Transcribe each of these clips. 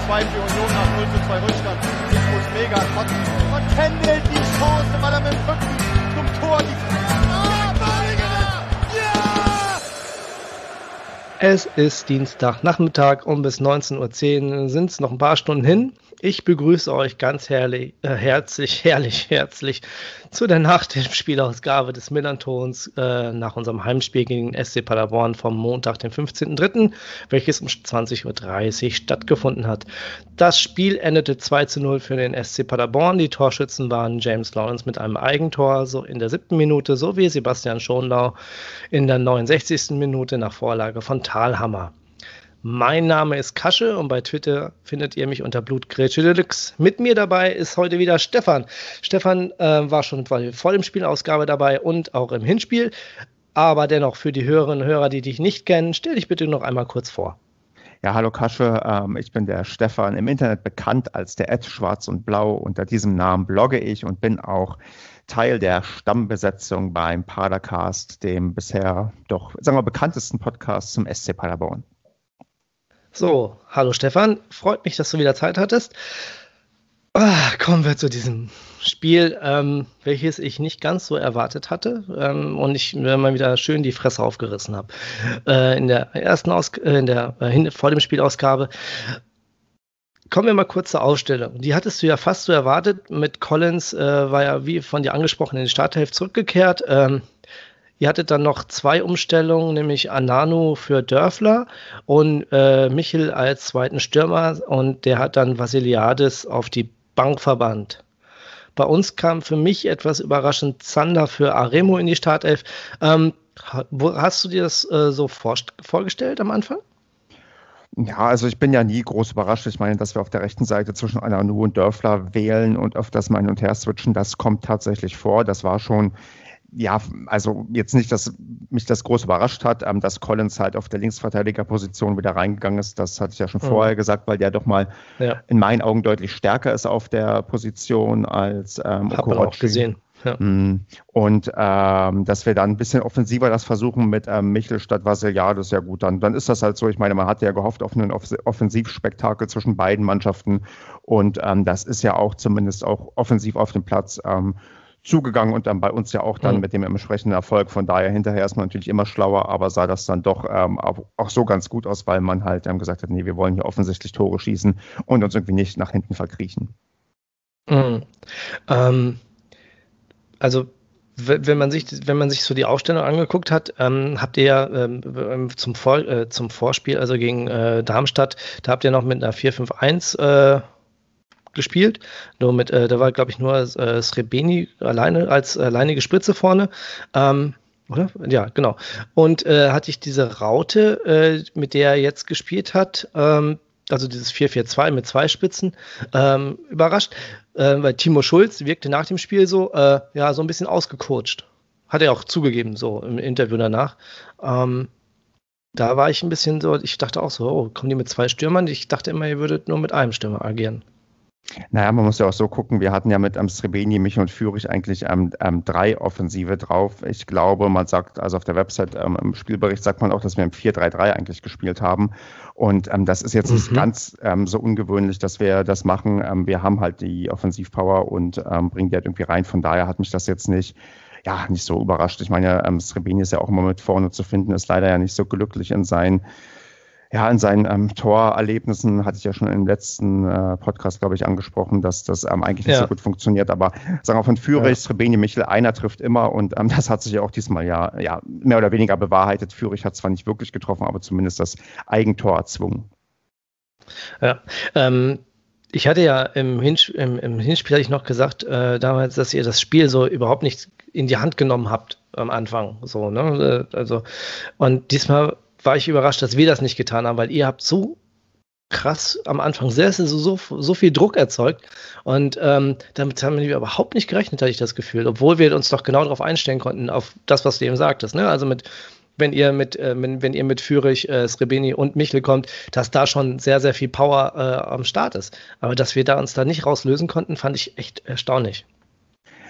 2 für Union nach 0:2 Rückstand. Jetzt muss Mega kotzen. Und Kendall die Chance, weil er mit dem Rücken zum Tor Es ist Dienstagnachmittag und bis 19:10 Uhr sind es noch ein paar Stunden hin. Ich begrüße euch ganz herzlich zu der Nachspielausgabe des Millern-Tons nach unserem Heimspiel gegen den SC Paderborn vom Montag, den 15.03., welches um 20:30 Uhr stattgefunden hat. Das Spiel endete 2:0 für den SC Paderborn. Die Torschützen waren James Lawrence mit einem Eigentor so in der 7. Minute sowie Sebastian Schonlau in der 69. Minute nach Vorlage von Thalhammer. Mein Name ist Kasche und bei Twitter findet ihr mich unter Blutgrätsche Deluxe. Mit mir dabei ist heute wieder Stefan. Stefan war schon vor dem Spielausgabe dabei und auch im Hinspiel. Aber dennoch für die Hörerinnen und Hörer, die dich nicht kennen, stell dich bitte noch einmal kurz vor. Ja, hallo Kasche, ich bin der Stefan, im Internet bekannt als der @Schwarz und Blau. Unter diesem Namen blogge ich und bin auch Teil der Stammbesetzung beim Padercast, dem bisher doch, sagen wir, bekanntesten Podcast zum SC Paderborn. So, hallo Stefan, freut mich, dass du wieder Zeit hattest. Kommen wir zu diesem Spiel, welches ich nicht ganz so erwartet hatte und ich mal wieder schön die Fresse aufgerissen habe. In der ersten vor dem Spielausgabe. Kommen wir mal kurz zur Aufstellung. Die hattest du ja fast so erwartet. Mit Collins war ja, wie von dir angesprochen, in die Startelf zurückgekehrt. Ihr hattet dann noch 2 Umstellungen, nämlich Ananu für Dörfler und Michel als zweiten Stürmer und der hat dann Vasiliadis auf die Bank verbannt. Bei uns kam für mich etwas überraschend Zander für Aremo in die Startelf. Hast du dir das so vorgestellt am Anfang? Ja, also ich bin ja nie groß überrascht. Ich meine, dass wir auf der rechten Seite zwischen Ananu und Dörfler wählen und auf das mal hin und her switchen, das kommt tatsächlich vor. Das war schon... Ja, also jetzt nicht, dass mich das groß überrascht hat, dass Collins halt auf der Linksverteidigerposition wieder reingegangen ist. Das hatte ich ja schon vorher gesagt, weil der doch mal in meinen Augen deutlich stärker ist auf der Position als Okorochi. Hat man auch gesehen. Ja. Und dass wir dann ein bisschen offensiver das versuchen mit Michel statt Vasiliadis, ja gut, dann ist das halt so. Ich meine, man hatte ja gehofft auf einen Offensivspektakel zwischen beiden Mannschaften und das ist ja auch zumindest auch offensiv auf dem Platz zugegangen und dann bei uns ja auch dann mit dem entsprechenden Erfolg. Von daher hinterher ist man natürlich immer schlauer, aber sah das dann doch auch so ganz gut aus, weil man halt gesagt hat, nee, wir wollen hier offensichtlich Tore schießen und uns irgendwie nicht nach hinten verkriechen. Also wenn man sich so die Aufstellung angeguckt hat, habt ihr ja zum Vorspiel, also gegen Darmstadt, da habt ihr noch mit einer 4-5-1 gespielt. Nur da war, glaube ich, nur Srebeni alleine als alleinige Spitze vorne. Oder? Ja, genau. Und hatte ich diese Raute, mit der er jetzt gespielt hat, also dieses 4-4-2 mit 2 Spitzen, überrascht, weil Timo Schulz wirkte nach dem Spiel so ein bisschen ausgecoacht. Hat er auch zugegeben, so im Interview danach. Da war ich ein bisschen so, ich dachte auch so, kommen die mit 2 Stürmern? Ich dachte immer, ihr würdet nur mit einem Stürmer agieren. Naja, man muss ja auch so gucken, wir hatten ja mit Srebeni, Michel und Führig eigentlich 3 Offensive drauf. Ich glaube, man sagt, also auf der Website, im Spielbericht sagt man auch, dass wir im 4-3-3 eigentlich gespielt haben. Und das ist jetzt nicht ganz so ungewöhnlich, dass wir das machen. Wir haben halt die Offensivpower und bringen die halt irgendwie rein. Von daher hat mich das jetzt nicht so überrascht. Ich meine, Srebeni ist ja auch immer mit vorne zu finden, ist leider ja nicht so glücklich in seinen Torerlebnissen, hatte ich ja schon im letzten Podcast, glaube ich, angesprochen, dass das eigentlich nicht so gut funktioniert. Aber sagen wir von Führig, Srebeni, Michel, einer trifft immer und das hat sich ja auch diesmal mehr oder weniger bewahrheitet. Führig hat zwar nicht wirklich getroffen, aber zumindest das Eigentor erzwungen. Ja, ich hatte ja im Hinspiel hatte ich noch gesagt, damals, dass ihr das Spiel so überhaupt nicht in die Hand genommen habt am Anfang. So, ne? Also, und diesmal war ich überrascht, dass wir das nicht getan haben, weil ihr habt so krass am Anfang so viel Druck erzeugt und damit haben wir überhaupt nicht gerechnet, hatte ich das Gefühl, obwohl wir uns doch genau darauf einstellen konnten, auf das, was du eben sagtest, ne? Also wenn ihr mit Führig, Srebeni und Michel kommt, dass da schon sehr, sehr viel Power am Start ist. Aber dass wir uns da nicht rauslösen konnten, fand ich echt erstaunlich.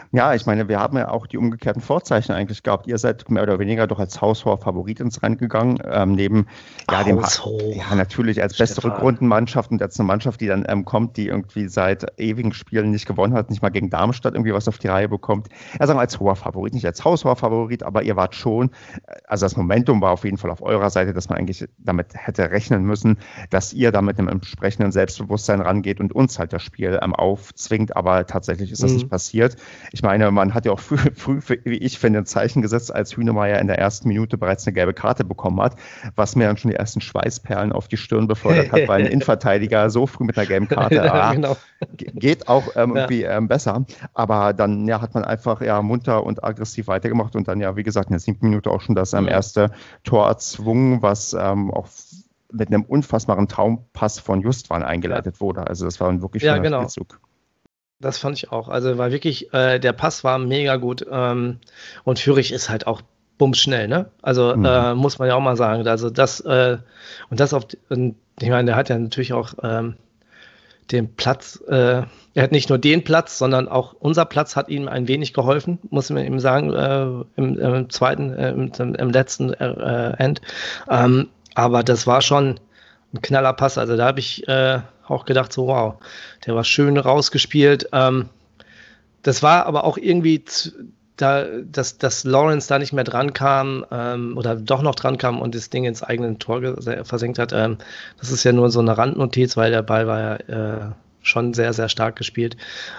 Ja, ich meine, wir haben ja auch die umgekehrten Vorzeichen eigentlich gehabt. Ihr seid mehr oder weniger doch als haushoher Favorit ins Rennen gegangen, neben dem natürlich als beste Rückrundenmannschaft und als eine Mannschaft, die dann kommt, die irgendwie seit ewigen Spielen nicht gewonnen hat, nicht mal gegen Darmstadt irgendwie was auf die Reihe bekommt. Ja, sagen wir als hoher Favorit, nicht als haushoher Favorit, aber ihr wart schon, also das Momentum war auf jeden Fall auf eurer Seite, dass man eigentlich damit hätte rechnen müssen, dass ihr da mit einem entsprechenden Selbstbewusstsein rangeht und uns halt das Spiel aufzwingt, aber tatsächlich ist das nicht passiert. Ich meine, man hat ja auch früh, wie ich finde, ein Zeichen gesetzt, als Hünemeyer in der ersten Minute bereits eine gelbe Karte bekommen hat, was mir dann schon die ersten Schweißperlen auf die Stirn befördert hat, weil ein Innenverteidiger so früh mit einer gelben Karte genau. Geht auch irgendwie besser. Aber dann hat man einfach munter und aggressiv weitergemacht und dann wie gesagt, in der 7. Minute auch schon das erste Tor erzwungen, was auch mit einem unfassbaren Traumpass von Justwan eingeleitet wurde. Also das war ein wirklich schöner Spielzug. Das fand ich auch. Also war wirklich, der Pass war mega gut. Und Führig ist halt auch bumsschnell, ne? Also muss man ja auch mal sagen. Also das, und das ich meine, der hat ja natürlich auch den Platz, er hat nicht nur den Platz, sondern auch unser Platz hat ihm ein wenig geholfen, muss man ihm sagen, im zweiten, im letzten End. Aber das war schon ein knaller Pass. Also da habe ich auch gedacht, so wow, der war schön rausgespielt. Das war aber auch irgendwie, dass Lawrence da nicht mehr dran kam oder doch noch dran kam und das Ding ins eigene Tor versenkt hat. Das ist ja nur so eine Randnotiz, weil der Ball war ja schon sehr, sehr stark gespielt.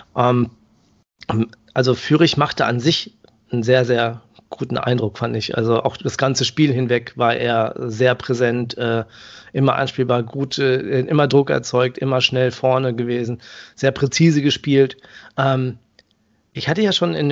Also Führig machte an sich einen sehr, sehr guten Eindruck, fand ich. Also auch das ganze Spiel hinweg war er sehr präsent, immer anspielbar, gut, immer Druck erzeugt, immer schnell vorne gewesen, sehr präzise gespielt. Ich hatte ja schon in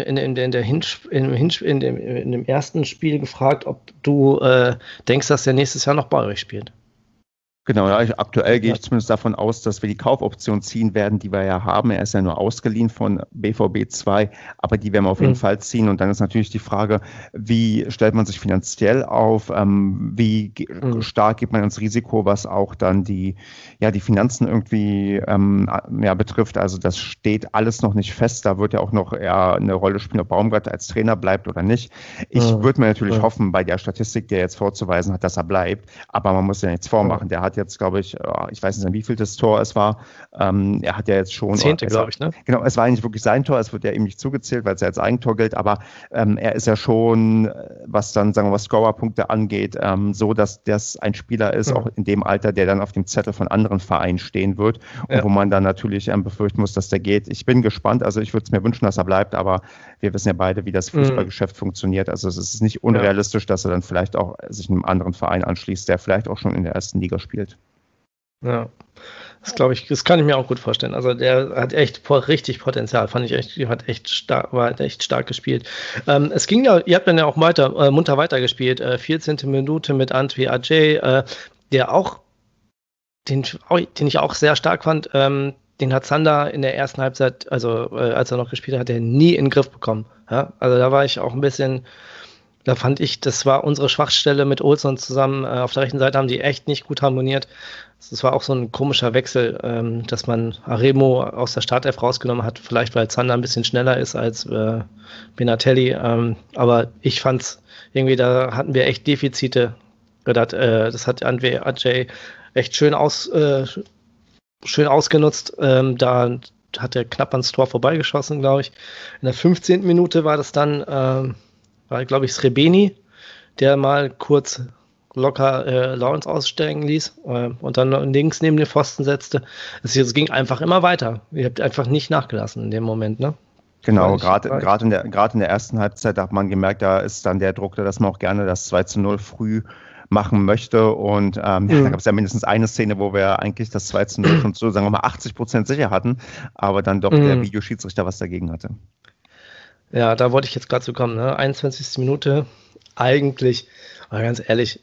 dem ersten Spiel gefragt, ob du denkst, dass der nächstes Jahr noch bei euch spielt. Genau, aktuell gehe ich zumindest davon aus, dass wir die Kaufoption ziehen werden, die wir ja haben. Er ist ja nur ausgeliehen von BVB 2, aber die werden wir auf jeden Fall ziehen. Und dann ist natürlich die Frage, wie stellt man sich finanziell auf? Wie stark gibt man ins Risiko, was auch dann die Finanzen irgendwie betrifft? Also das steht alles noch nicht fest. Da wird ja auch noch eher eine Rolle spielen, ob Baumgart als Trainer bleibt oder nicht. Ich würde mir natürlich hoffen, bei der Statistik, die er jetzt vorzuweisen hat, dass er bleibt. Aber man muss ja nichts vormachen. Der hat jetzt, glaube ich weiß nicht, wie viel das Tor es war. Er hat ja jetzt schon 10., glaube ich, ne? Genau, es war eigentlich wirklich sein Tor. Es wird ja ihm nicht zugezählt, weil es ja als Eigentor gilt. Aber er ist ja schon, was dann, sagen wir mal, Scorerpunkte angeht, so, dass das ein Spieler ist, auch in dem Alter, der dann auf dem Zettel von anderen Vereinen stehen wird. Und wo man dann natürlich befürchten muss, dass der geht. Ich bin gespannt. Also ich würde es mir wünschen, dass er bleibt. Aber wir wissen ja beide, wie das Fußballgeschäft funktioniert. Also es ist nicht unrealistisch, dass er dann vielleicht auch sich einem anderen Verein anschließt, der vielleicht auch schon in der ersten Liga spielt. Ja, das glaube ich, das kann ich mir auch gut vorstellen. Also der hat echt richtig Potenzial, fand ich echt, war echt stark gespielt. Es ging ja, ihr habt dann ja auch munter weitergespielt, 14. Minute mit Antwi Ajay, der auch, den ich auch sehr stark fand, den hat Zander in der ersten Halbzeit, also als er noch gespielt hat, nie in den Griff bekommen. Ja? Also da war ich auch ein bisschen. Da fand ich, das war unsere Schwachstelle mit Olsson zusammen. Auf der rechten Seite haben die echt nicht gut harmoniert. Das war auch so ein komischer Wechsel, dass man Aremo aus der Startelf rausgenommen hat. Vielleicht, weil Zander ein bisschen schneller ist als Benatelli. Aber ich fand's irgendwie, da hatten wir echt Defizite. Das hat Ajay echt schön ausgenutzt. Da hat er knapp ans Tor vorbeigeschossen, glaube ich. In der 15. Minute war das dann war, glaube ich, Srebeni, der mal kurz locker Lawrence aussteigen ließ und dann links neben den Pfosten setzte. Es ging einfach immer weiter. Ihr habt einfach nicht nachgelassen in dem Moment, ne? Genau, gerade in der ersten Halbzeit hat man gemerkt, da ist dann der Druck, dass man auch gerne das 2:0 früh machen möchte. Und da gab es ja mindestens eine Szene, wo wir eigentlich das 2:0 schon so, sagen wir mal, 80% sicher hatten, aber dann doch der Videoschiedsrichter was dagegen hatte. Ja, da wollte ich jetzt gerade zu kommen, ne? 21. Minute, eigentlich, aber ganz ehrlich,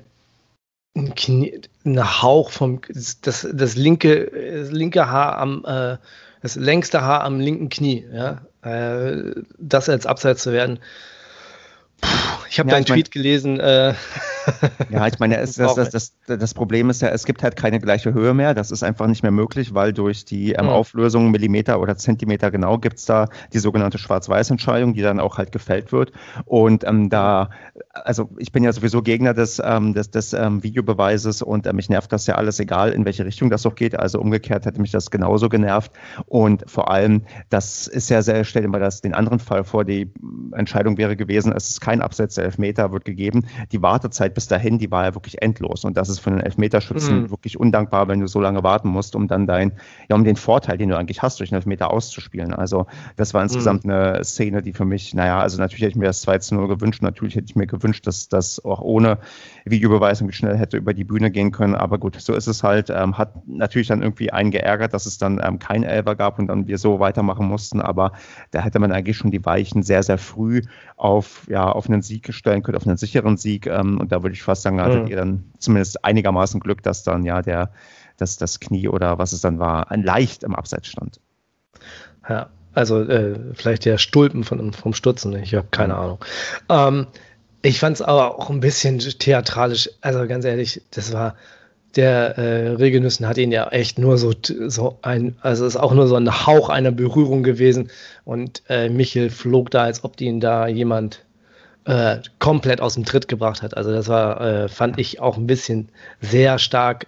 ein Hauch vom, das linke Haar das längste Haar am linken Knie, ja, das als Abseits zu werden. Ich habe deinen Tweet gelesen. Ja, ich meine, das Problem ist ja, es gibt halt keine gleiche Höhe mehr. Das ist einfach nicht mehr möglich, weil durch die Auflösung Millimeter oder Zentimeter genau gibt es da die sogenannte Schwarz-Weiß-Entscheidung, die dann auch halt gefällt wird. Und also ich bin ja sowieso Gegner des Videobeweises und mich nervt das ja alles, egal in welche Richtung das auch geht. Also umgekehrt hätte mich das genauso genervt. Und vor allem, das ist ja sehr, stell dir mal den anderen Fall vor, die Entscheidung wäre gewesen, es ist kein Abseits, der Elfmeter wird gegeben. Die Wartezeit bis dahin, die war ja wirklich endlos. Und das ist von den Elfmeterschützen wirklich undankbar, wenn du so lange warten musst, um dann um den Vorteil, den du eigentlich hast, durch einen Elfmeter auszuspielen. Also das war insgesamt eine Szene, die für mich, also natürlich hätte ich mir das 2:0 gewünscht. Natürlich hätte ich mir gewünscht, dass das auch ohne Videobeweis irgendwie schnell hätte über die Bühne gehen können. Aber gut, so ist es halt. Hat natürlich dann irgendwie einen geärgert, dass es dann kein Elfer gab und dann wir so weitermachen mussten. Aber da hätte man eigentlich schon die Weichen sehr, sehr früh auf einen Sieg stellen können, auf einen sicheren Sieg. Und da würde ich fast sagen, hattet ihr dann zumindest einigermaßen Glück, dass dann das Knie oder was es dann war, leicht im Abseits stand. Ja, also vielleicht der Stulpen vom Stutzen, ich habe keine Ahnung. Ich fand es aber auch ein bisschen theatralisch, also ganz ehrlich, das war der Regenüssen hat ihn ja echt nur also ist auch nur so ein Hauch einer Berührung gewesen und Michel flog da, als ob ihn da jemand komplett aus dem Tritt gebracht hat. Also das war, fand ich auch ein bisschen sehr stark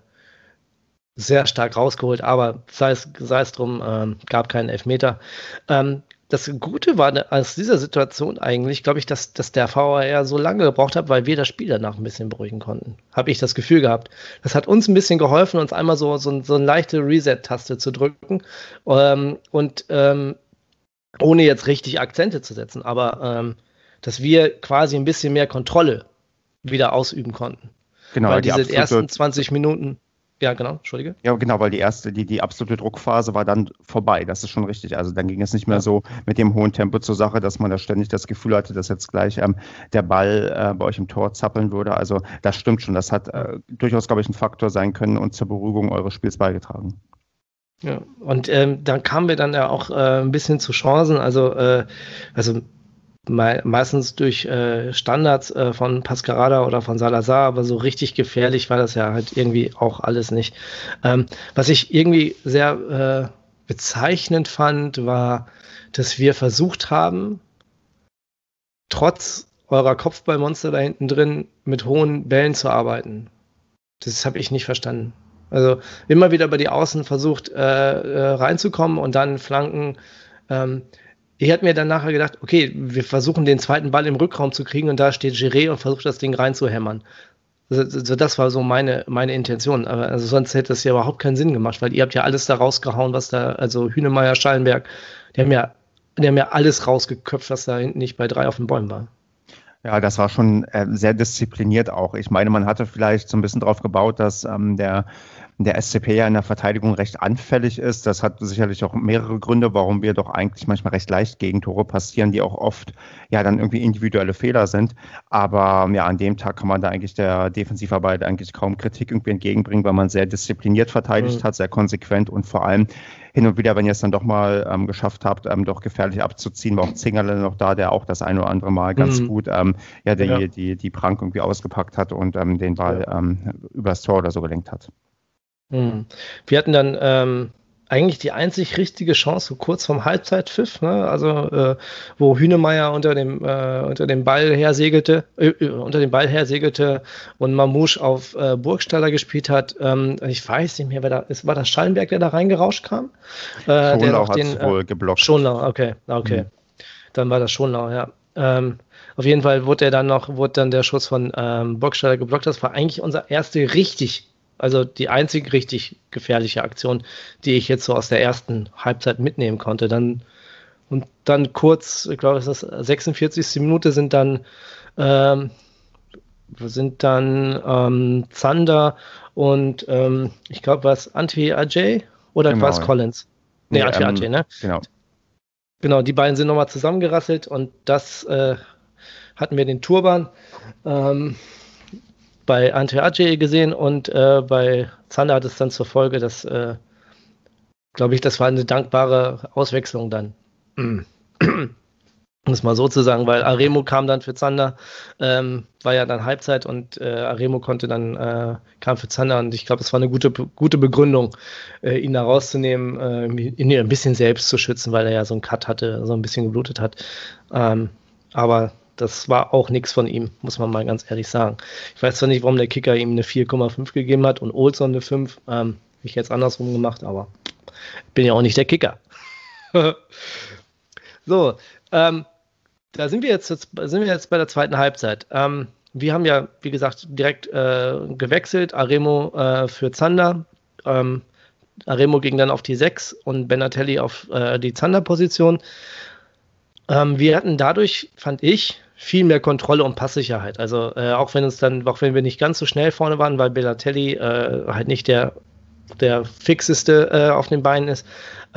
rausgeholt, aber sei es drum, gab keinen Elfmeter. Das Gute war aus dieser Situation eigentlich, glaube ich, dass der VAR so lange gebraucht hat, weil wir das Spiel danach ein bisschen beruhigen konnten. Habe ich das Gefühl gehabt. Das hat uns ein bisschen geholfen, uns einmal so eine leichte Reset-Taste zu drücken und ohne jetzt richtig Akzente zu setzen, aber dass wir quasi ein bisschen mehr Kontrolle wieder ausüben konnten. Genau, weil diese ersten 20 Minuten. Ja, genau, Entschuldige. Ja, genau, weil die absolute Druckphase war dann vorbei, das ist schon richtig. Also dann ging es nicht mehr so mit dem hohen Tempo zur Sache, dass man da ständig das Gefühl hatte, dass jetzt gleich der Ball bei euch im Tor zappeln würde. Also das stimmt schon, das hat durchaus, glaube ich, ein Faktor sein können und zur Beruhigung eures Spiels beigetragen. Ja, und dann kamen wir dann ja auch ein bisschen zu Chancen, also meistens durch Standards von Pascarada oder von Salazar, aber so richtig gefährlich war das ja halt irgendwie auch alles nicht. Was ich irgendwie sehr bezeichnend fand, war, dass wir versucht haben, trotz eurer Kopfballmonster da hinten drin mit hohen Bällen zu arbeiten. Das habe ich nicht verstanden. Also immer wieder über die Außen versucht reinzukommen und dann Flanken. Ich hätte mir dann nachher gedacht, okay, wir versuchen den zweiten Ball im Rückraum zu kriegen und da steht Giré und versucht das Ding reinzuhämmern. Also das war so meine Intention. Aber also sonst hätte das ja überhaupt keinen Sinn gemacht, weil ihr habt ja alles da rausgehauen, was da, also Hünemeyer, Schallenberg, die haben ja alles rausgeköpft, was da hinten nicht bei 3 auf den Bäumen war. Ja, das war schon sehr diszipliniert auch. Ich meine, man hatte vielleicht so ein bisschen drauf gebaut, dass der SCP ja in der Verteidigung recht anfällig ist. Das hat sicherlich auch mehrere Gründe, warum wir doch eigentlich manchmal recht leicht Gegentore passieren, die auch oft ja dann irgendwie individuelle Fehler sind. Aber ja, an dem Tag kann man da eigentlich der Defensivarbeit eigentlich kaum Kritik irgendwie entgegenbringen, weil man sehr diszipliniert verteidigt hat, sehr konsequent und vor allem hin und wieder, wenn ihr es dann doch mal geschafft habt, doch gefährlich abzuziehen, war auch Zingerle noch da, der auch das ein oder andere Mal ganz gut die Prank irgendwie ausgepackt hat und den Ball übers Tor oder so gelenkt hat. Wir hatten dann eigentlich die einzig richtige Chance, so kurz vorm Halbzeitpfiff, ne? Also wo Hünemeyer unter dem Ball hersegelte und Mamouche auf Burgstaller gespielt hat. Ich weiß nicht mehr, war das Schallenberg, der da reingerauscht kam? Schonlau hat es wohl geblockt. Schonlau, okay. Dann war das Schonlau, ja. Auf jeden Fall wurde dann der Schuss von Burgstaller geblockt. Das war eigentlich unser erste die einzige richtig gefährliche Aktion, die ich jetzt so aus der ersten Halbzeit mitnehmen konnte. Dann kurz, ich glaube, es ist 46. Minute sind dann Zander und ich glaube, war es Ante Ajay oder war es Collins? Nee, Ante Ajay, ne? Genau, die beiden sind nochmal zusammengerasselt und das hatten wir den Turban bei Ante Ajay gesehen und bei Zander hat es dann zur Folge, dass, glaube ich, das war eine dankbare Auswechslung dann. Um es mal so zu sagen, weil Aremo kam dann für Zander, war ja dann Halbzeit und Aremo kam für Zander und ich glaube, es war eine gute Begründung, ihn da rauszunehmen, ihn ein bisschen selbst zu schützen, weil er ja so einen Cut hatte, so ein bisschen geblutet hat. Aber das war auch nichts von ihm, muss man mal ganz ehrlich sagen. Ich weiß zwar nicht, warum der Kicker ihm eine 4,5 gegeben hat und Olsson eine 5. Ich jetzt andersrum gemacht, aber bin ja auch nicht der Kicker. So, da sind wir jetzt bei der zweiten Halbzeit. Wir haben ja, wie gesagt, direkt gewechselt. Aremo für Zander. Aremo ging dann auf die 6 und Benatelli auf die Zander-Position. Wir hatten dadurch, fand ich, viel mehr Kontrolle und Passsicherheit. Also auch wenn wir nicht ganz so schnell vorne waren, weil Benatelli halt nicht der fixeste auf den Beinen ist.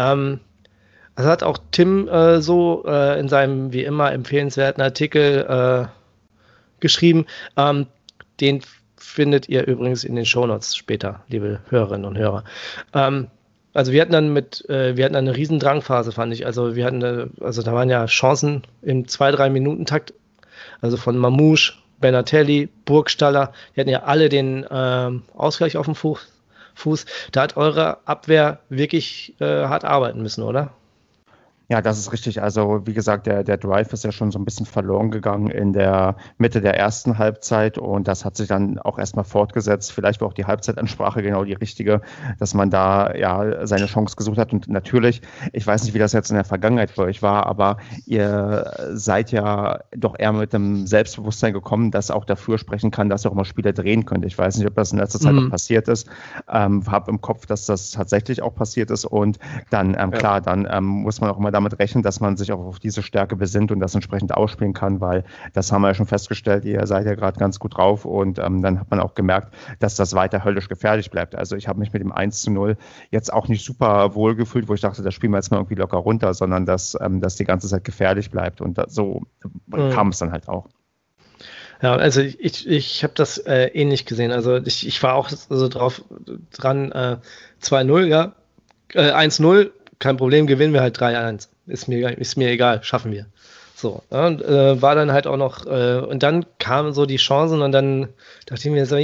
Das hat auch Tim in seinem wie immer empfehlenswerten Artikel geschrieben. Den findet ihr übrigens in den Shownotes später, liebe Hörerinnen und Hörer. Also wir hatten dann eine riesen Drangphase, fand ich. Also da waren ja Chancen im 2-3 Minuten Takt. Also von Mamouche, Benatelli, Burgstaller, die hatten ja alle den Ausgleich auf dem Fuß. Da hat eure Abwehr wirklich hart arbeiten müssen, oder? Ja, das ist richtig. Also wie gesagt, der Drive ist ja schon so ein bisschen verloren gegangen in der Mitte der ersten Halbzeit und das hat sich dann auch erstmal fortgesetzt. Vielleicht war auch die Halbzeitansprache genau die richtige, dass man da ja seine Chance gesucht hat. Und natürlich, ich weiß nicht, wie das jetzt in der Vergangenheit für euch war, aber ihr seid ja doch eher mit dem Selbstbewusstsein gekommen, das auch dafür sprechen kann, dass ihr auch mal Spiele drehen könnt. Ich weiß nicht, ob das in letzter Zeit auch passiert ist. Habe im Kopf, dass das tatsächlich auch passiert ist und dann, klar, dann muss man auch immer damit rechnen, dass man sich auch auf diese Stärke besinnt und das entsprechend ausspielen kann, weil das haben wir ja schon festgestellt, ihr seid ja gerade ganz gut drauf und dann hat man auch gemerkt, dass das weiter höllisch gefährlich bleibt. Also ich habe mich mit dem 1:0 jetzt auch nicht super wohl gefühlt, wo ich dachte, das spielen wir jetzt mal irgendwie locker runter, sondern dass die ganze Zeit gefährlich bleibt und so kam es dann halt auch. Ja, also ich habe das ähnlich gesehen. Also ich war auch so dran, 2:0, ja, 1:0, kein Problem, gewinnen wir halt 3:1. Ist mir egal, schaffen wir. So, ja, und war dann halt auch noch, und dann kamen so die Chancen und dann dachte ich mir so,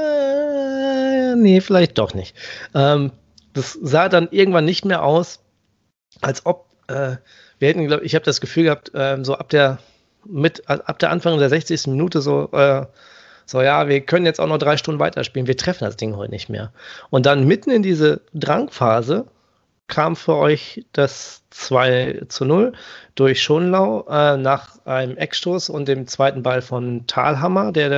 ja, nee, vielleicht doch nicht. Das sah dann irgendwann nicht mehr aus, als ob wir hätten, glaube ich, habe das Gefühl gehabt, so ab der Anfang der 60. Minute so, ja, wir können jetzt auch noch 3 Stunden weiterspielen, wir treffen das Ding heute nicht mehr. Und dann mitten in diese Drangphase kam für euch das 2:0 durch Schonlau nach einem Eckstoß und dem zweiten Ball von Thalhammer, der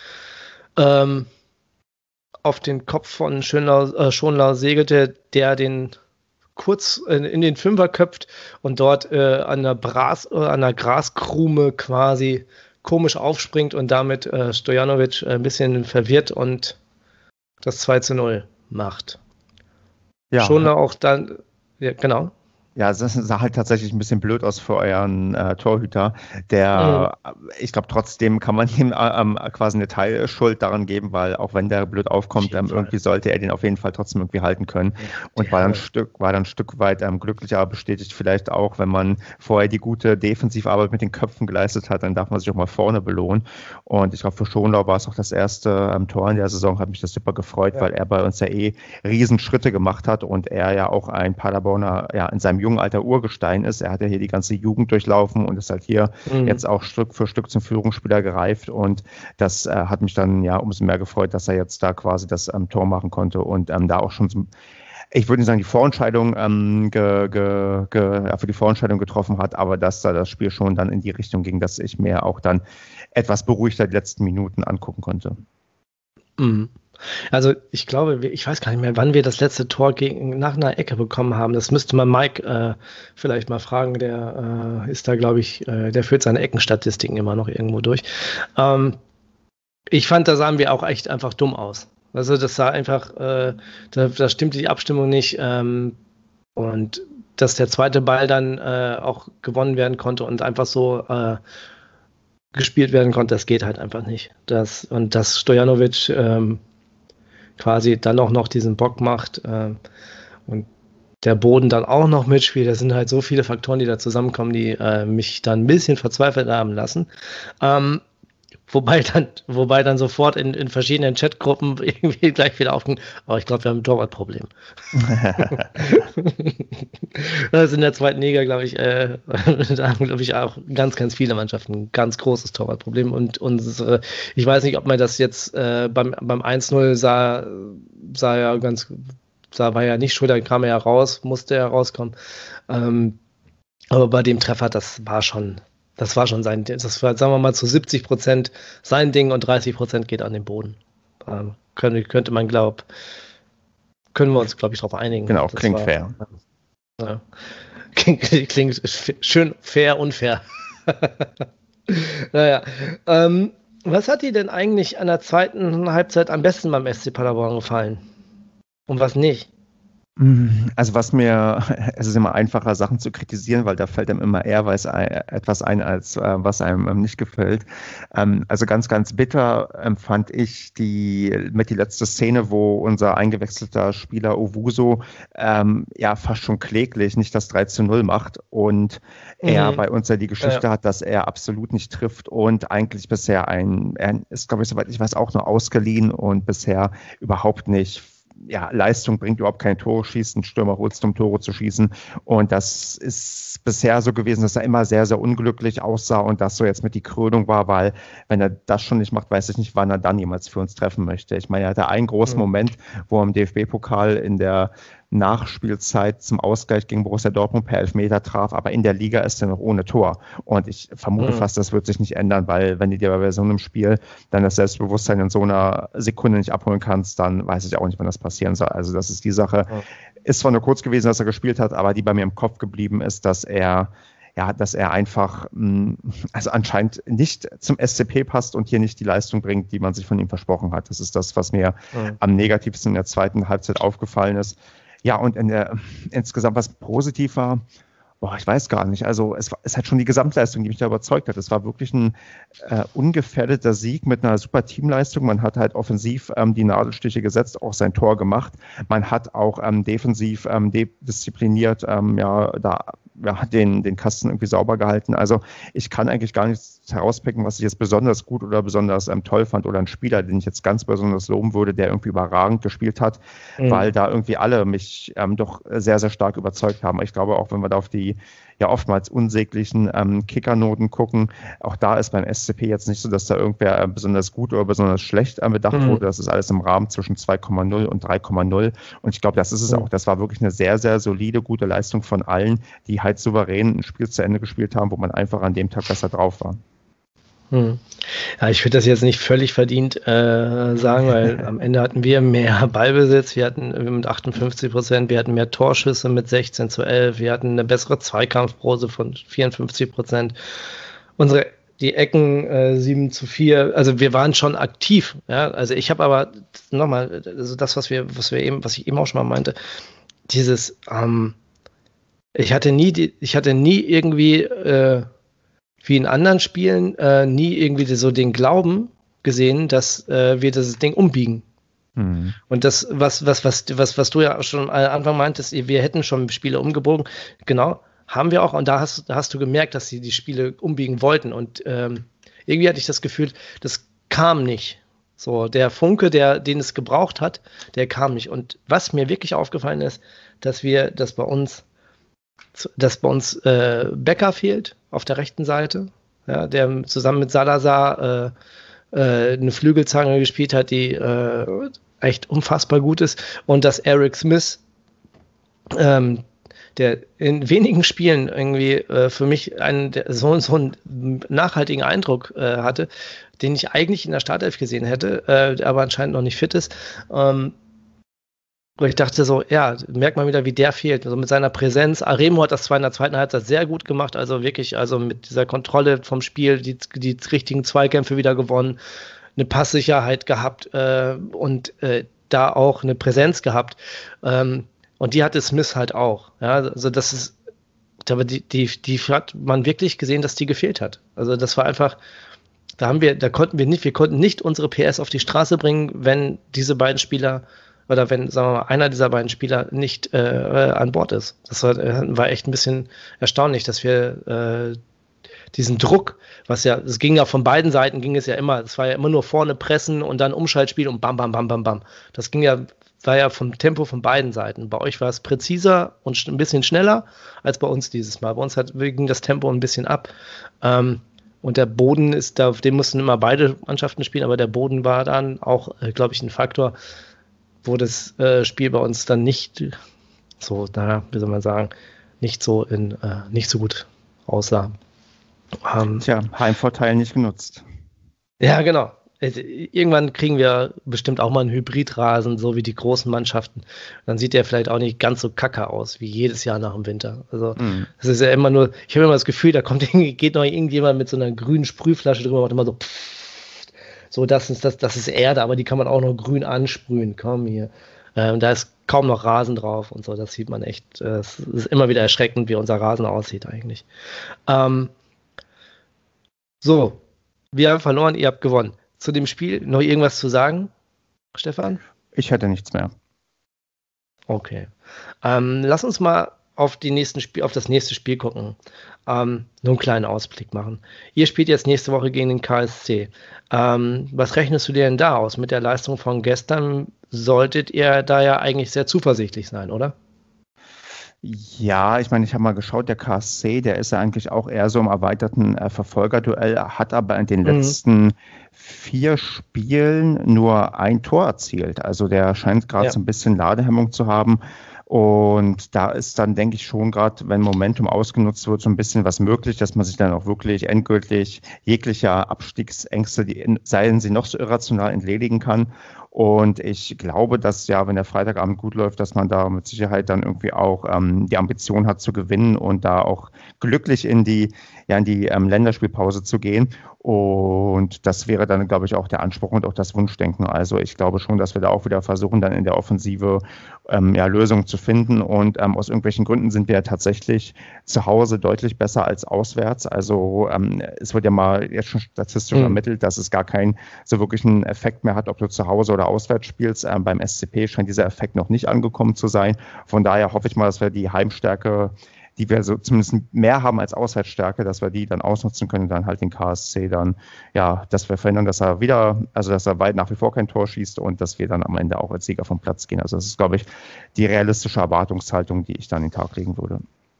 dann auf den Kopf von Schonlau segelte, der den kurz in den Fünfer köpft und dort an der Graskrume quasi komisch aufspringt und damit Stojanovic ein bisschen verwirrt und das 2:0 macht. Ja. Schon auch dann, ja, genau. Ja, das sah halt tatsächlich ein bisschen blöd aus für euren Torhüter, der, ich glaube, trotzdem kann man ihm quasi eine Teilschuld daran geben, weil auch wenn der blöd aufkommt, irgendwie sollte er den auf jeden Fall trotzdem irgendwie halten können und war dann ein Stück weit glücklicher, aber bestätigt vielleicht auch, wenn man vorher die gute Defensivarbeit mit den Köpfen geleistet hat, dann darf man sich auch mal vorne belohnen und ich glaube, für Schonlau war es auch das erste Tor in der Saison, hat mich das super gefreut, weil er bei uns ja Riesenschritte gemacht hat und er ja auch ein Paderborner, ja, in seinem jungen Alter Urgestein ist. Er hat ja hier die ganze Jugend durchlaufen und ist halt hier jetzt auch Stück für Stück zum Führungsspieler gereift und das hat mich dann ja umso mehr gefreut, dass er jetzt da quasi das Tor machen konnte und da auch schon ich würde nicht sagen, die Vorentscheidung für die Vorentscheidung getroffen hat, aber dass da das Spiel schon dann in die Richtung ging, dass ich mir auch dann etwas beruhigter die letzten Minuten angucken konnte. Also ich glaube, ich weiß gar nicht mehr, wann wir das letzte Tor nach einer Ecke bekommen haben. Das müsste man Mike vielleicht mal fragen. Der ist da, glaube ich, der führt seine Eckenstatistiken immer noch irgendwo durch. Ich fand, da sahen wir auch echt einfach dumm aus. Also das sah einfach, da stimmte die Abstimmung nicht. Und dass der zweite Ball dann auch gewonnen werden konnte und einfach so gespielt werden konnte, das geht halt einfach nicht. Dass Stojanovic quasi dann auch noch diesen Bock macht und der Boden dann auch noch mitspielt. Das sind halt so viele Faktoren, die da zusammenkommen, die mich dann ein bisschen verzweifelt haben lassen. Wobei dann sofort in verschiedenen Chatgruppen irgendwie gleich wieder aufging, aber ich glaube, wir haben ein Torwartproblem. Das ist in der zweiten Liga, glaube ich, da haben, glaube ich, auch ganz, ganz viele Mannschaften ein ganz großes Torwartproblem. Und ich weiß nicht, ob man das jetzt beim 1-0 war ja nicht schuld, da kam er ja raus, musste er rauskommen. Aber bei dem Treffer, das war schon sein, das war, sagen wir mal, zu 70% sein Ding und 30% geht an den Boden. Können wir uns, glaube ich, darauf einigen. Genau, klingt fair. Ja. Klingt schön fair, unfair. Naja. Was hat dir denn eigentlich an der zweiten Halbzeit am besten beim SC Paderborn gefallen? Und was nicht? Also es ist immer einfacher, Sachen zu kritisieren, weil da fällt einem immer eher etwas ein, als was einem nicht gefällt. Also ganz, ganz bitter fand ich die letzte Szene, wo unser eingewechselter Spieler Owusu fast schon kläglich nicht das 3:0 macht und er bei uns ja die Geschichte hat, dass er absolut nicht trifft und eigentlich bisher er ist, glaube ich, soweit ich weiß, auch nur ausgeliehen und bisher überhaupt nicht Leistung bringt, überhaupt keine Tore schießt, ein Stürmer holst, um Tore zu schießen. Und das ist bisher so gewesen, dass er immer sehr, sehr unglücklich aussah und das so jetzt mit die Krönung war, weil wenn er das schon nicht macht, weiß ich nicht, wann er dann jemals für uns treffen möchte. Ich meine, er hatte einen großen Moment, wo er im DFB-Pokal in der Nachspielzeit zum Ausgleich gegen Borussia Dortmund per Elfmeter traf, aber in der Liga ist er noch ohne Tor. Und ich vermute fast, das wird sich nicht ändern, weil wenn du dir bei so einem Spiel dann das Selbstbewusstsein in so einer Sekunde nicht abholen kannst, dann weiß ich auch nicht, wann das passieren soll. Also das ist die Sache. Ist zwar nur kurz gewesen, dass er gespielt hat, aber die bei mir im Kopf geblieben ist, dass er einfach also anscheinend nicht zum SCP passt und hier nicht die Leistung bringt, die man sich von ihm versprochen hat. Das ist das, was mir am negativsten in der zweiten Halbzeit aufgefallen ist. Ja, und insgesamt was positiv war, ich weiß gar nicht. Also es hat schon die Gesamtleistung, die mich da überzeugt hat. Es war wirklich ein ungefährdeter Sieg mit einer super Teamleistung. Man hat halt offensiv die Nadelstiche gesetzt, auch sein Tor gemacht. Man hat auch defensiv diszipliniert den Kasten irgendwie sauber gehalten. Also ich kann eigentlich gar nichts herauspicken, was ich jetzt besonders gut oder besonders toll fand oder ein Spieler, den ich jetzt ganz besonders loben würde, der irgendwie überragend gespielt hat, weil da irgendwie alle mich doch sehr, sehr stark überzeugt haben. Ich glaube auch, wenn wir da auf die oftmals unsäglichen Kickernoten gucken, auch da ist beim SCP jetzt nicht so, dass da irgendwer besonders gut oder besonders schlecht bedacht wurde. Das ist alles im Rahmen zwischen 2,0 und 3,0 und ich glaube, das ist es auch. Das war wirklich eine sehr, sehr solide, gute Leistung von allen, die halt souverän ein Spiel zu Ende gespielt haben, wo man einfach an dem Tag besser drauf war. Ja, ich würde das jetzt nicht völlig verdient sagen, weil am Ende hatten wir mehr Ballbesitz, wir hatten mit 58%, wir hatten mehr Torschüsse mit 16:11, wir hatten eine bessere Zweikampfquote von 54%. Die Ecken 7:4, also wir waren schon aktiv. Ja? Also ich habe aber nochmal, also das, was ich eben auch schon mal meinte, dieses, ich hatte nie irgendwie wie in anderen Spielen nie irgendwie so den Glauben gesehen, dass wir das Ding umbiegen. Und das, was du ja schon am Anfang meintest, wir hätten schon Spiele umgebogen, genau, haben wir auch, und da hast du gemerkt, dass sie die Spiele umbiegen wollten und irgendwie hatte ich das Gefühl, das kam nicht. So, der Funke, den es gebraucht hat, der kam nicht. Und was mir wirklich aufgefallen ist, dass bei uns Becker fehlt auf der rechten Seite, ja, der zusammen mit Salazar eine Flügelzange gespielt hat, die echt unfassbar gut ist, und dass Eric Smith, der in wenigen Spielen irgendwie für mich so einen nachhaltigen Eindruck hatte, den ich eigentlich in der Startelf gesehen hätte, aber anscheinend noch nicht fit ist. Und ich dachte so, ja, merkt man wieder, wie der fehlt. Also mit seiner Präsenz. Aremo hat das zwar in der zweiten Halbzeit sehr gut gemacht, also wirklich, also mit dieser Kontrolle vom Spiel, die richtigen Zweikämpfe wieder gewonnen, eine Passsicherheit gehabt und da auch eine Präsenz gehabt. Und die hatte Smith halt auch. Ja, also das ist, aber die hat man wirklich gesehen, dass die gefehlt hat. Also das war einfach, wir konnten nicht unsere PS auf die Straße bringen, wenn diese beiden Spieler oder wenn, sagen wir mal, einer dieser beiden Spieler nicht an Bord ist. Das war echt ein bisschen erstaunlich, dass wir diesen Druck, es ging ja von beiden Seiten, es war ja immer nur vorne pressen und dann Umschaltspiel und bam, bam, bam, bam, bam. War ja vom Tempo von beiden Seiten. Bei euch war es präziser und ein bisschen schneller als bei uns dieses Mal. Bei uns ging das Tempo ein bisschen ab. Und der Boden ist da, auf dem mussten immer beide Mannschaften spielen, aber der Boden war dann auch, glaube ich, ein Faktor, wo das Spiel bei uns dann nicht so, wie soll man sagen, nicht so gut aussah. Heimvorteil nicht genutzt. Ja, genau. Irgendwann kriegen wir bestimmt auch mal einen Hybridrasen, so wie die großen Mannschaften. Dann sieht der vielleicht auch nicht ganz so kacke aus, wie jedes Jahr nach dem Winter. Also, das ist ja immer nur, ich habe immer das Gefühl, geht noch irgendjemand mit so einer grünen Sprühflasche drüber, macht immer so, das ist Erde, aber die kann man auch noch grün ansprühen. Komm hier. Da ist kaum noch Rasen drauf und so, das sieht man echt. Es ist immer wieder erschreckend, wie unser Rasen aussieht eigentlich. So, wir haben verloren, ihr habt gewonnen. Zu dem Spiel noch irgendwas zu sagen, Stefan? Ich hätte nichts mehr. Okay. Lass uns mal auf das nächste Spiel gucken. Nur einen kleinen Ausblick machen. Ihr spielt jetzt nächste Woche gegen den KSC. Was rechnest du dir denn da aus? Mit der Leistung von gestern solltet ihr da ja eigentlich sehr zuversichtlich sein, oder? Ja, ich meine, ich habe mal geschaut, der KSC, der ist ja eigentlich auch eher so im erweiterten Verfolgerduell, hat aber in den letzten 4 Spielen nur ein Tor erzielt. Also der scheint gerade so ein bisschen Ladehemmung zu haben. Und da ist dann, denke ich, schon gerade, wenn Momentum ausgenutzt wird, so ein bisschen was möglich, dass man sich dann auch wirklich endgültig jeglicher Abstiegsängste, seien sie noch so irrational, entledigen kann. Und ich glaube, dass wenn der Freitagabend gut läuft, dass man da mit Sicherheit dann irgendwie auch die Ambition hat zu gewinnen und da auch glücklich in die Länderspielpause zu gehen. Und das wäre dann, glaube ich, auch der Anspruch und auch das Wunschdenken. Also ich glaube schon, dass wir da auch wieder versuchen, dann in der Offensive Lösungen zu finden. Und aus irgendwelchen Gründen sind wir ja tatsächlich zu Hause deutlich besser als auswärts. Also es wird ja mal jetzt schon statistisch ermittelt, dass es gar keinen so wirklichen Effekt mehr hat, ob du zu Hause oder auswärts spielst. Beim SCP scheint dieser Effekt noch nicht angekommen zu sein. Von daher hoffe ich mal, dass wir die Heimstärke, die wir so zumindest mehr haben als Auswärtsstärke, dass wir die dann ausnutzen können und dann halt den KSC dann, dass wir verhindern, dass er weit nach wie vor kein Tor schießt und dass wir dann am Ende auch als Sieger vom Platz gehen. Also das ist, glaube ich, die realistische Erwartungshaltung, die ich dann in den Tag legen würde.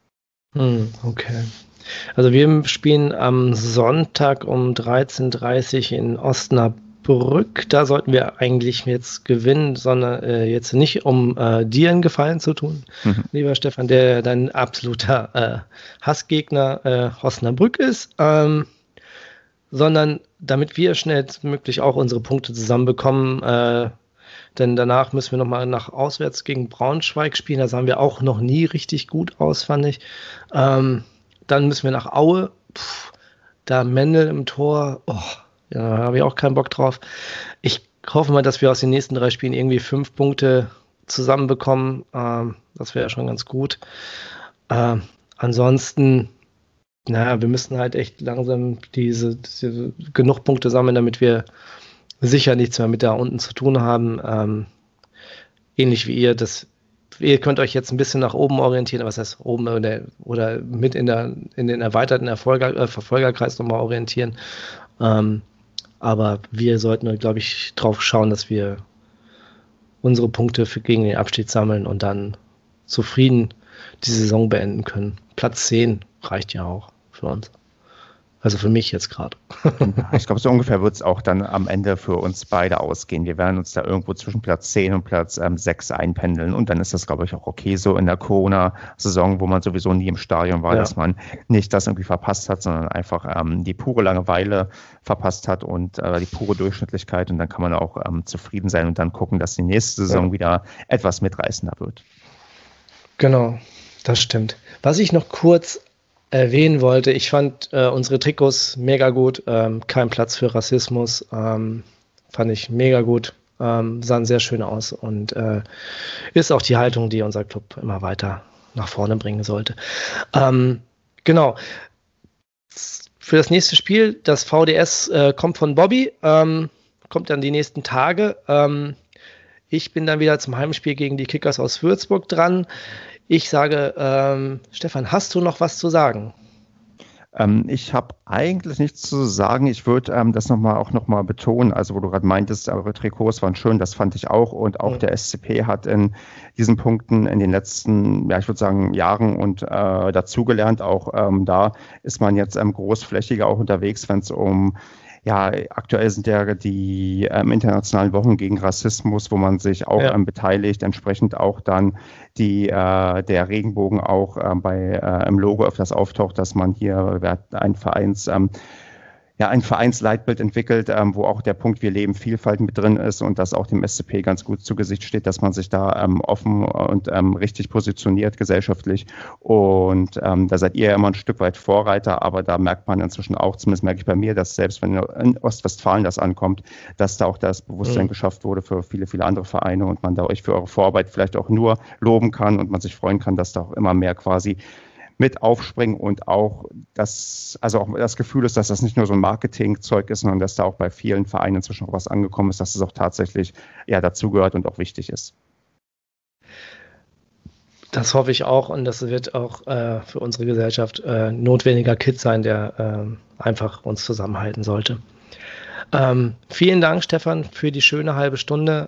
Okay. Also wir spielen am Sonntag um 13:30 Uhr in Osnabrück. Da sollten wir eigentlich jetzt gewinnen, sondern jetzt nicht, um dir einen Gefallen zu tun, lieber Stefan, der dein absoluter Hassgegner Osnabrück ist, sondern damit wir schnellstmöglich auch unsere Punkte zusammenbekommen, denn danach müssen wir nochmal auswärts gegen Braunschweig spielen, da sahen wir auch noch nie richtig gut aus, fand ich. Dann müssen wir nach Aue, da Mendel im Tor, da habe ich auch keinen Bock drauf. Ich hoffe mal, dass wir aus den nächsten 3 Spielen irgendwie 5 Punkte zusammenbekommen. Das wäre ja schon ganz gut. Ansonsten, wir müssen halt echt langsam diese genug Punkte sammeln, damit wir sicher nichts mehr mit da unten zu tun haben. Ähnlich wie ihr. Ihr könnt euch jetzt ein bisschen nach oben orientieren, was heißt oben oder mit in den erweiterten Verfolgerkreis nochmal orientieren. Aber wir sollten, glaube ich, drauf schauen, dass wir unsere Punkte gegen den Abstieg sammeln und dann zufrieden die Saison beenden können. Platz 10 reicht ja auch für uns. Also für mich jetzt gerade. Ich glaube, so ungefähr wird es auch dann am Ende für uns beide ausgehen. Wir werden uns da irgendwo zwischen Platz 10 und Platz 6 einpendeln. Und dann ist das, glaube ich, auch okay so in der Corona-Saison, wo man sowieso nie im Stadion war, dass man nicht das irgendwie verpasst hat, sondern einfach die pure Langeweile verpasst hat und die pure Durchschnittlichkeit. Und dann kann man auch zufrieden sein und dann gucken, dass die nächste Saison wieder etwas mitreißender wird. Genau, das stimmt. Was ich noch kurz erwähnen wollte, ich fand unsere Trikots mega gut, kein Platz für Rassismus, fand ich mega gut, sahen sehr schön aus und ist auch die Haltung, die unser Club immer weiter nach vorne bringen sollte. Genau, für das nächste Spiel, das VDS kommt von Bobby, kommt dann die nächsten Tage. Ich bin dann wieder zum Heimspiel gegen die Kickers aus Würzburg dran. Ich sage, Stefan, hast du noch was zu sagen? Ich habe eigentlich nichts zu sagen. Ich würde das noch mal betonen. Also, wo du gerade meintest, eure Trikots waren schön, das fand ich auch. Und auch der SCP hat in diesen Punkten in den letzten, ja, ich würde sagen, Jahren und dazugelernt. Auch da ist man jetzt großflächiger auch unterwegs, wenn es ja, aktuell sind ja die internationalen Wochen gegen Rassismus, wo man sich auch beteiligt, entsprechend auch dann der Regenbogen auch im Logo öfters auftaucht, dass man hier ein Vereinsleitbild entwickelt, wo auch der Punkt Wir leben Vielfalt mit drin ist und das auch dem SCP ganz gut zu Gesicht steht, dass man sich da offen und richtig positioniert gesellschaftlich. Und da seid ihr ja immer ein Stück weit Vorreiter, aber da merkt man inzwischen auch, zumindest merke ich bei mir, dass selbst wenn in Ostwestfalen das ankommt, dass da auch das Bewusstsein geschafft wurde für viele, viele andere Vereine und man da euch für eure Vorarbeit vielleicht auch nur loben kann und man sich freuen kann, dass da auch immer mehr quasi mit aufspringen und auch das Gefühl ist, dass das nicht nur so ein Marketingzeug ist, sondern dass da auch bei vielen Vereinen inzwischen auch was angekommen ist, dass es auch tatsächlich dazugehört und auch wichtig ist. Das hoffe ich auch und das wird auch für unsere Gesellschaft notwendiger Kit sein, der einfach uns zusammenhalten sollte. Vielen Dank, Stefan, für die schöne halbe Stunde.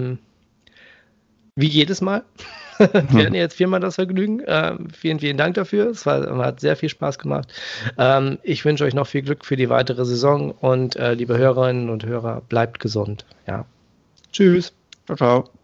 Wie jedes Mal. Wir hatten jetzt 4-mal das Vergnügen. Vielen, vielen Dank dafür. Hat sehr viel Spaß gemacht. Ich wünsche euch noch viel Glück für die weitere Saison und liebe Hörerinnen und Hörer, bleibt gesund. Ja. Tschüss. Ciao, ciao.